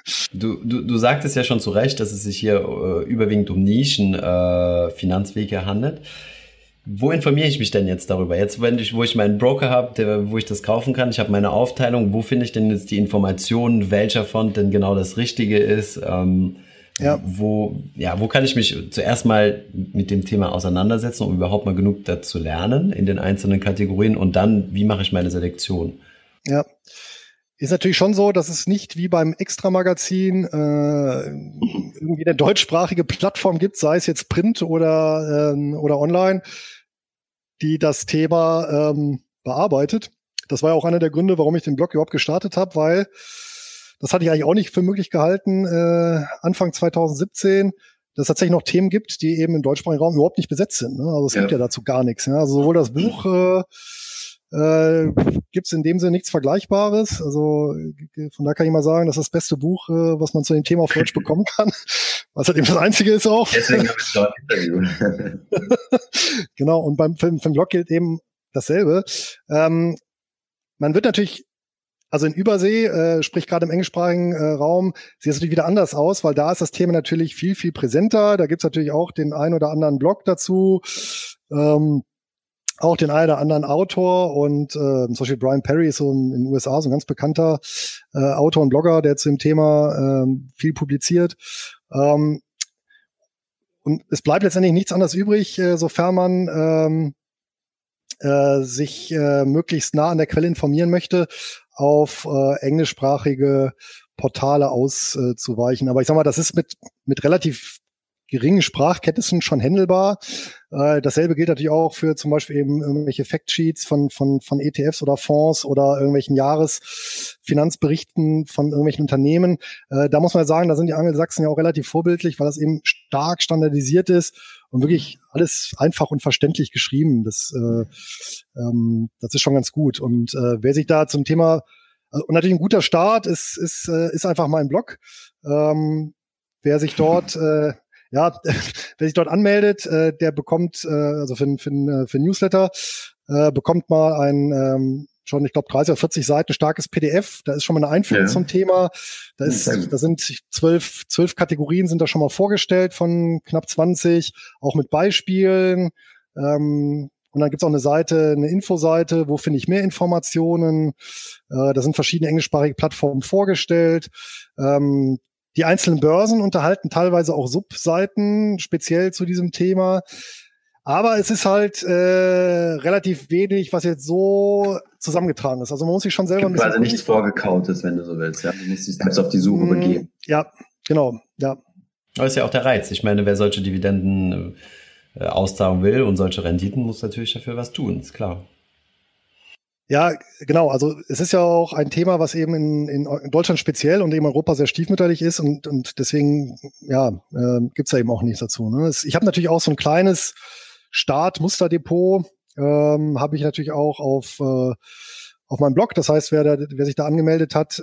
Du sagtest ja schon zu Recht, dass es sich hier überwiegend um Nischen-Finanzwege handelt. Wo informiere ich mich denn jetzt darüber? Jetzt, wo ich meinen Broker habe, wo ich das kaufen kann, ich habe meine Aufteilung, wo finde ich denn jetzt die Informationen, welcher Fonds denn genau das Richtige ist? Wo kann ich mich zuerst mal mit dem Thema auseinandersetzen, um überhaupt mal genug dazu lernen in den einzelnen Kategorien und dann, wie mache ich meine Selektion? Ja. Ist natürlich schon so, dass es nicht wie beim Extra-Magazin irgendwie eine deutschsprachige Plattform gibt, sei es jetzt Print oder online, die das Thema bearbeitet. Das war ja auch einer der Gründe, warum ich den Blog überhaupt gestartet habe, weil das hatte ich eigentlich auch nicht für möglich gehalten, Anfang 2017, dass es tatsächlich noch Themen gibt, die eben im deutschsprachigen Raum überhaupt nicht besetzt sind. Ne? Also es gibt ja dazu gar nichts. Ja? Also sowohl das Buch gibt es in dem Sinne nichts Vergleichbares. Also von da kann ich mal sagen, das ist das beste Buch, was man zu dem Thema auf Deutsch bekommen kann. Was halt eben das Einzige ist auch. Deswegen habe ich dort ein Interview. Genau, und beim Blog gilt eben dasselbe. Man wird natürlich, also in Übersee, sprich gerade im englischsprachigen Raum, sieht es natürlich wieder anders aus, weil da ist das Thema natürlich viel, viel präsenter. Da gibt's natürlich auch den ein oder anderen Blog dazu. Auch den einen oder anderen Autor und zum Beispiel Brian Perry ist so in den USA so ein ganz bekannter Autor und Blogger, der zu dem Thema viel publiziert. Und es bleibt letztendlich nichts anderes übrig, sofern man sich möglichst nah an der Quelle informieren möchte, auf englischsprachige Portale auszuweichen. Aber ich sag mal, das ist mit relativ geringen Sprachkenntnissen schon handelbar. Dasselbe gilt natürlich auch für zum Beispiel eben irgendwelche Factsheets von ETFs oder Fonds oder irgendwelchen Jahresfinanzberichten von irgendwelchen Unternehmen. Da muss man ja sagen, da sind die Angelsachsen ja auch relativ vorbildlich, weil das eben stark standardisiert ist und wirklich alles einfach und verständlich geschrieben. Das ist schon ganz gut. Und wer sich da zum Thema und natürlich ein guter Start ist einfach mein Blog. Wer sich dort wer sich dort anmeldet, der bekommt, also für Newsletter, bekommt mal ein schon, ich glaube, 30 oder 40 Seiten starkes PDF. Da ist schon mal eine Einführung zum Thema. Da sind 12 Kategorien sind da schon mal vorgestellt von knapp 20, auch mit Beispielen. Und dann gibt's auch eine Infoseite, wo finde ich mehr Informationen. Da sind verschiedene englischsprachige Plattformen vorgestellt. Die einzelnen Börsen unterhalten teilweise auch Subseiten, speziell zu diesem Thema. Aber es ist halt relativ wenig, was jetzt so zusammengetragen ist. Also man muss sich schon selber ein bisschen... Also nichts Vorgekautes, wenn du so willst. Ja? Du musst dich selbst auf die Suche begeben. Ja, genau. Ja. Das ist ja auch der Reiz. Ich meine, wer solche Dividenden auszahlen will und solche Renditen, muss natürlich dafür was tun, ist klar. Ja, genau. Also es ist ja auch ein Thema, was eben in Deutschland speziell und eben Europa sehr stiefmütterlich ist und deswegen gibt's da eben auch nichts dazu. Ne? Ich habe natürlich auch so ein kleines Start-Musterdepot, habe ich natürlich auch auf meinem Blog. Das heißt, wer sich da angemeldet hat,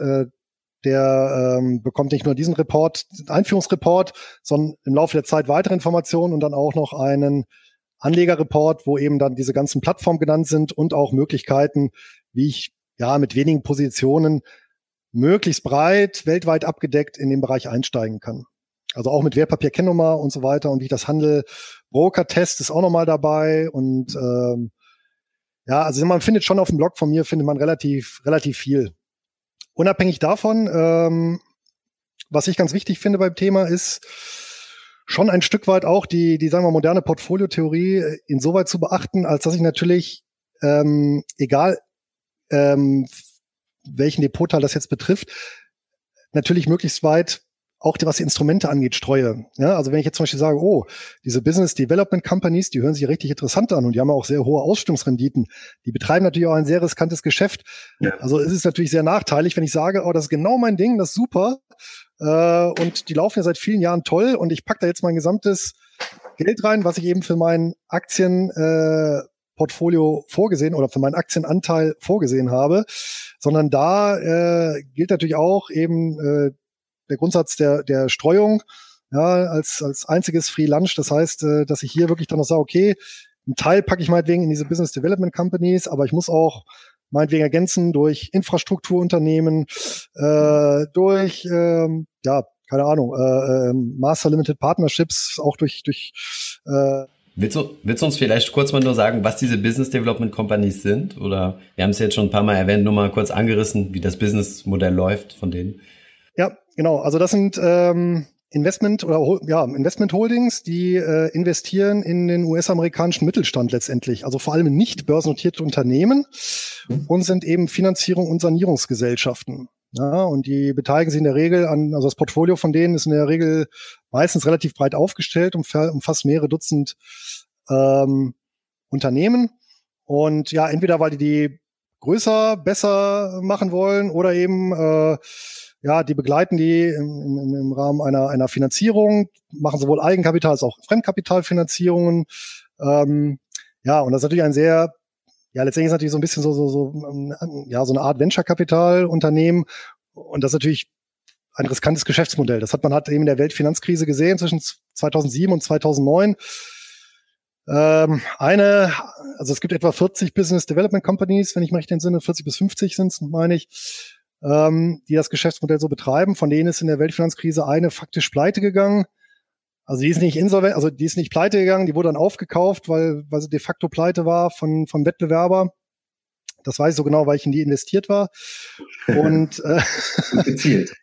der bekommt nicht nur diesen Einführungsreport, sondern im Laufe der Zeit weitere Informationen und dann auch noch einen Anlegerreport, wo eben dann diese ganzen Plattformen genannt sind und auch Möglichkeiten, wie ich mit wenigen Positionen möglichst breit, weltweit abgedeckt in den Bereich einsteigen kann. Also auch mit Wertpapier-Kennnummer und so weiter und wie ich das handle. Broker-Test ist auch nochmal dabei und also man findet schon auf dem Blog von mir, findet man relativ viel. Unabhängig davon, was ich ganz wichtig finde beim Thema ist, schon ein Stück weit auch die sagen wir moderne Portfoliotheorie insoweit zu beachten, als dass ich natürlich, egal welchen Depotteil das jetzt betrifft, natürlich möglichst weit auch was die Instrumente angeht, streue. Ja, also wenn ich jetzt zum Beispiel sage, diese Business Development Companies, die hören sich richtig interessant an und die haben auch sehr hohe Ausstellungsrenditen. Die betreiben natürlich auch ein sehr riskantes Geschäft. Ja. Also es ist natürlich sehr nachteilig, wenn ich sage, das ist genau mein Ding, das ist super. Und die laufen ja seit vielen Jahren toll und ich packe da jetzt mein gesamtes Geld rein, was ich eben für mein Aktienportfolio vorgesehen oder für meinen Aktienanteil vorgesehen habe, sondern da gilt natürlich auch eben der Grundsatz der Streuung, als einziges Free Lunch. Das heißt, dass ich hier wirklich dann noch sage, okay, einen Teil packe ich meinetwegen in diese Business Development Companies, aber ich muss auch meinetwegen ergänzen durch Infrastrukturunternehmen, durch, keine Ahnung, Master Limited Partnerships, auch durch Willst du uns vielleicht kurz mal nur sagen, was diese Business Development Companies sind? Oder wir haben es jetzt schon ein paar Mal erwähnt, nur mal kurz angerissen, wie das Businessmodell läuft von denen. Ja, genau. Also das sind Investment Holdings, die investieren in den US-amerikanischen Mittelstand letztendlich. Also vor allem in nicht börsennotierte Unternehmen und sind eben Finanzierung- und Sanierungsgesellschaften. Ja, und die beteiligen sich in der Regel also das Portfolio von denen ist in der Regel meistens relativ breit aufgestellt, umfasst mehrere Dutzend Unternehmen. Und ja, entweder weil die größer, besser machen wollen oder eben die begleiten die im Rahmen einer Finanzierung, machen sowohl Eigenkapital als auch Fremdkapitalfinanzierungen. Und das ist natürlich ein sehr, letztendlich ist natürlich so ein bisschen so eine Art Venture-Kapital-Unternehmen. Und das ist natürlich ein riskantes Geschäftsmodell. Das hat man eben in der Weltfinanzkrise gesehen zwischen 2007 und 2009. Also es gibt etwa 40 Business Development Companies, wenn ich mich recht entsinne, 40 bis 50 sind es, meine ich, die das Geschäftsmodell so betreiben. Von denen ist in der Weltfinanzkrise eine faktisch pleite gegangen. Also die ist nicht insolvent, also die ist nicht pleite gegangen, die wurde dann aufgekauft, weil sie de facto pleite war vom Wettbewerber. Das weiß ich so genau, weil ich in die investiert war. Und gezielt.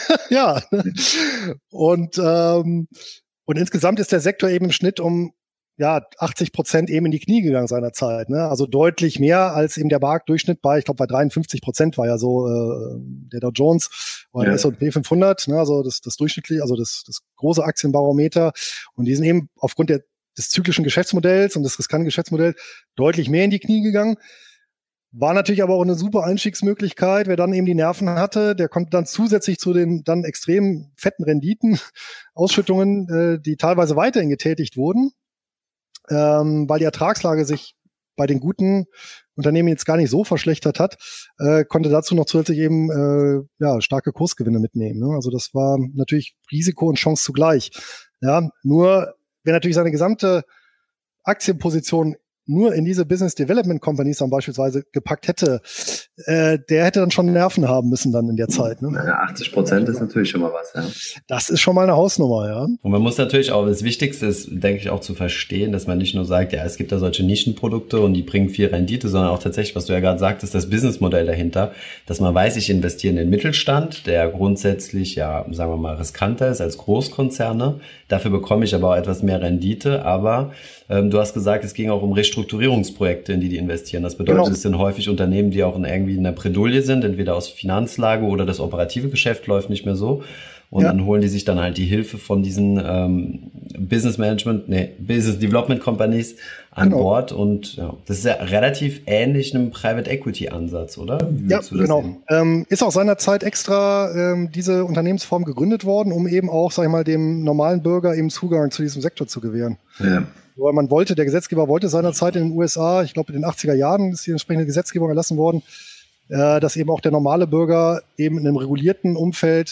Und insgesamt ist der Sektor eben im Schnitt um 80% eben in die Knie gegangen seinerzeit. Ne? Also deutlich mehr als eben der Marktdurchschnitt bei 53% war ja so der Dow Jones oder der S&P 500, ne? Also das durchschnittliche, also das große Aktienbarometer. Und die sind eben aufgrund des zyklischen Geschäftsmodells und des riskanten Geschäftsmodells deutlich mehr in die Knie gegangen. War natürlich aber auch eine super Einstiegsmöglichkeit. Wer dann eben die Nerven hatte, der konnte dann zusätzlich zu den dann extrem fetten Renditen, Ausschüttungen, die teilweise weiterhin getätigt wurden, weil die Ertragslage sich bei den guten Unternehmen jetzt gar nicht so verschlechtert hat, konnte dazu noch zusätzlich eben starke Kursgewinne mitnehmen. Ne? Also das war natürlich Risiko und Chance zugleich. Ja, nur wer natürlich seine gesamte Aktienposition nur in diese Business Development Companies dann beispielsweise gepackt hätte, der hätte dann schon Nerven haben müssen dann in der Zeit. Ne? 80% ist natürlich schon mal was, ja. Das ist schon mal eine Hausnummer, ja. Und man muss natürlich auch, das Wichtigste ist, denke ich, auch zu verstehen, dass man nicht nur sagt, ja, es gibt da solche Nischenprodukte und die bringen viel Rendite, sondern auch tatsächlich, was du ja gerade sagtest, das Businessmodell dahinter, dass man weiß, ich investiere in den Mittelstand, der grundsätzlich, ja, sagen wir mal, riskanter ist als Großkonzerne. Dafür bekomme ich aber auch etwas mehr Rendite, aber du hast gesagt, es ging auch um Restrukturierungsprojekte, in die investieren. Das bedeutet, Es sind häufig Unternehmen, die auch irgendwie in einer Bredouille sind, entweder aus Finanzlage oder das operative Geschäft läuft nicht mehr so. Und dann holen die sich dann halt die Hilfe von diesen Business Development Companies an Bord. Und ja, das ist ja relativ ähnlich einem Private Equity Ansatz, oder? Ja, genau. Ist auch seinerzeit extra diese Unternehmensform gegründet worden, um eben auch, sag ich mal, dem normalen Bürger eben Zugang zu diesem Sektor zu gewähren. Ja. Weil der Gesetzgeber wollte seinerzeit in den USA, ich glaube in den 80er Jahren ist die entsprechende Gesetzgebung erlassen worden, dass eben auch der normale Bürger eben in einem regulierten Umfeld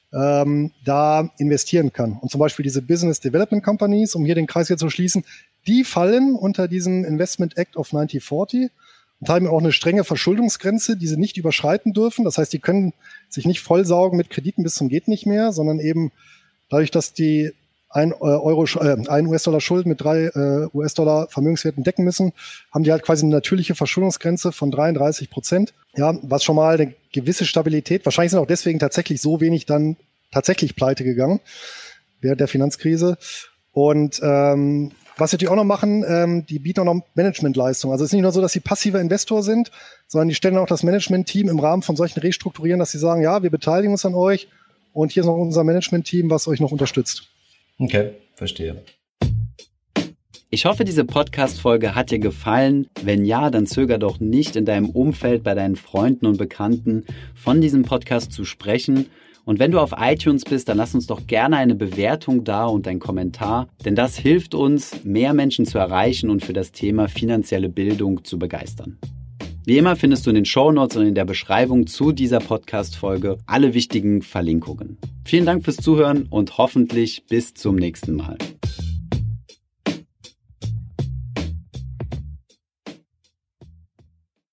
da investieren kann. Und zum Beispiel diese Business Development Companies, um hier den Kreis hier zu schließen, die fallen unter diesen Investment Act of 1940 und haben auch eine strenge Verschuldungsgrenze, die sie nicht überschreiten dürfen. Das heißt, die können sich nicht vollsaugen mit Krediten bis zum geht nicht mehr, sondern eben dadurch, dass die 1 US-Dollar Schulden mit 3 US-Dollar Vermögenswerten decken müssen, haben die halt quasi eine natürliche Verschuldungsgrenze von 33%. Ja, was schon mal eine gewisse Stabilität, wahrscheinlich sind auch deswegen tatsächlich so wenig dann tatsächlich pleite gegangen während der Finanzkrise. Und was sie natürlich auch noch machen, die bieten auch noch Managementleistungen. Also es ist nicht nur so, dass sie passiver Investor sind, sondern die stellen auch das Management-Team im Rahmen von solchen Restrukturieren, dass sie sagen, ja, wir beteiligen uns an euch und hier ist noch unser Management-Team, was euch noch unterstützt. Okay, verstehe. Ich hoffe, diese Podcast-Folge hat dir gefallen. Wenn ja, dann zöger doch nicht, in deinem Umfeld, bei deinen Freunden und Bekannten von diesem Podcast zu sprechen. Und wenn du auf iTunes bist, dann lass uns doch gerne eine Bewertung da und einen Kommentar, denn das hilft uns, mehr Menschen zu erreichen und für das Thema finanzielle Bildung zu begeistern. Wie immer findest du in den Shownotes und in der Beschreibung zu dieser Podcast-Folge alle wichtigen Verlinkungen. Vielen Dank fürs Zuhören und hoffentlich bis zum nächsten Mal.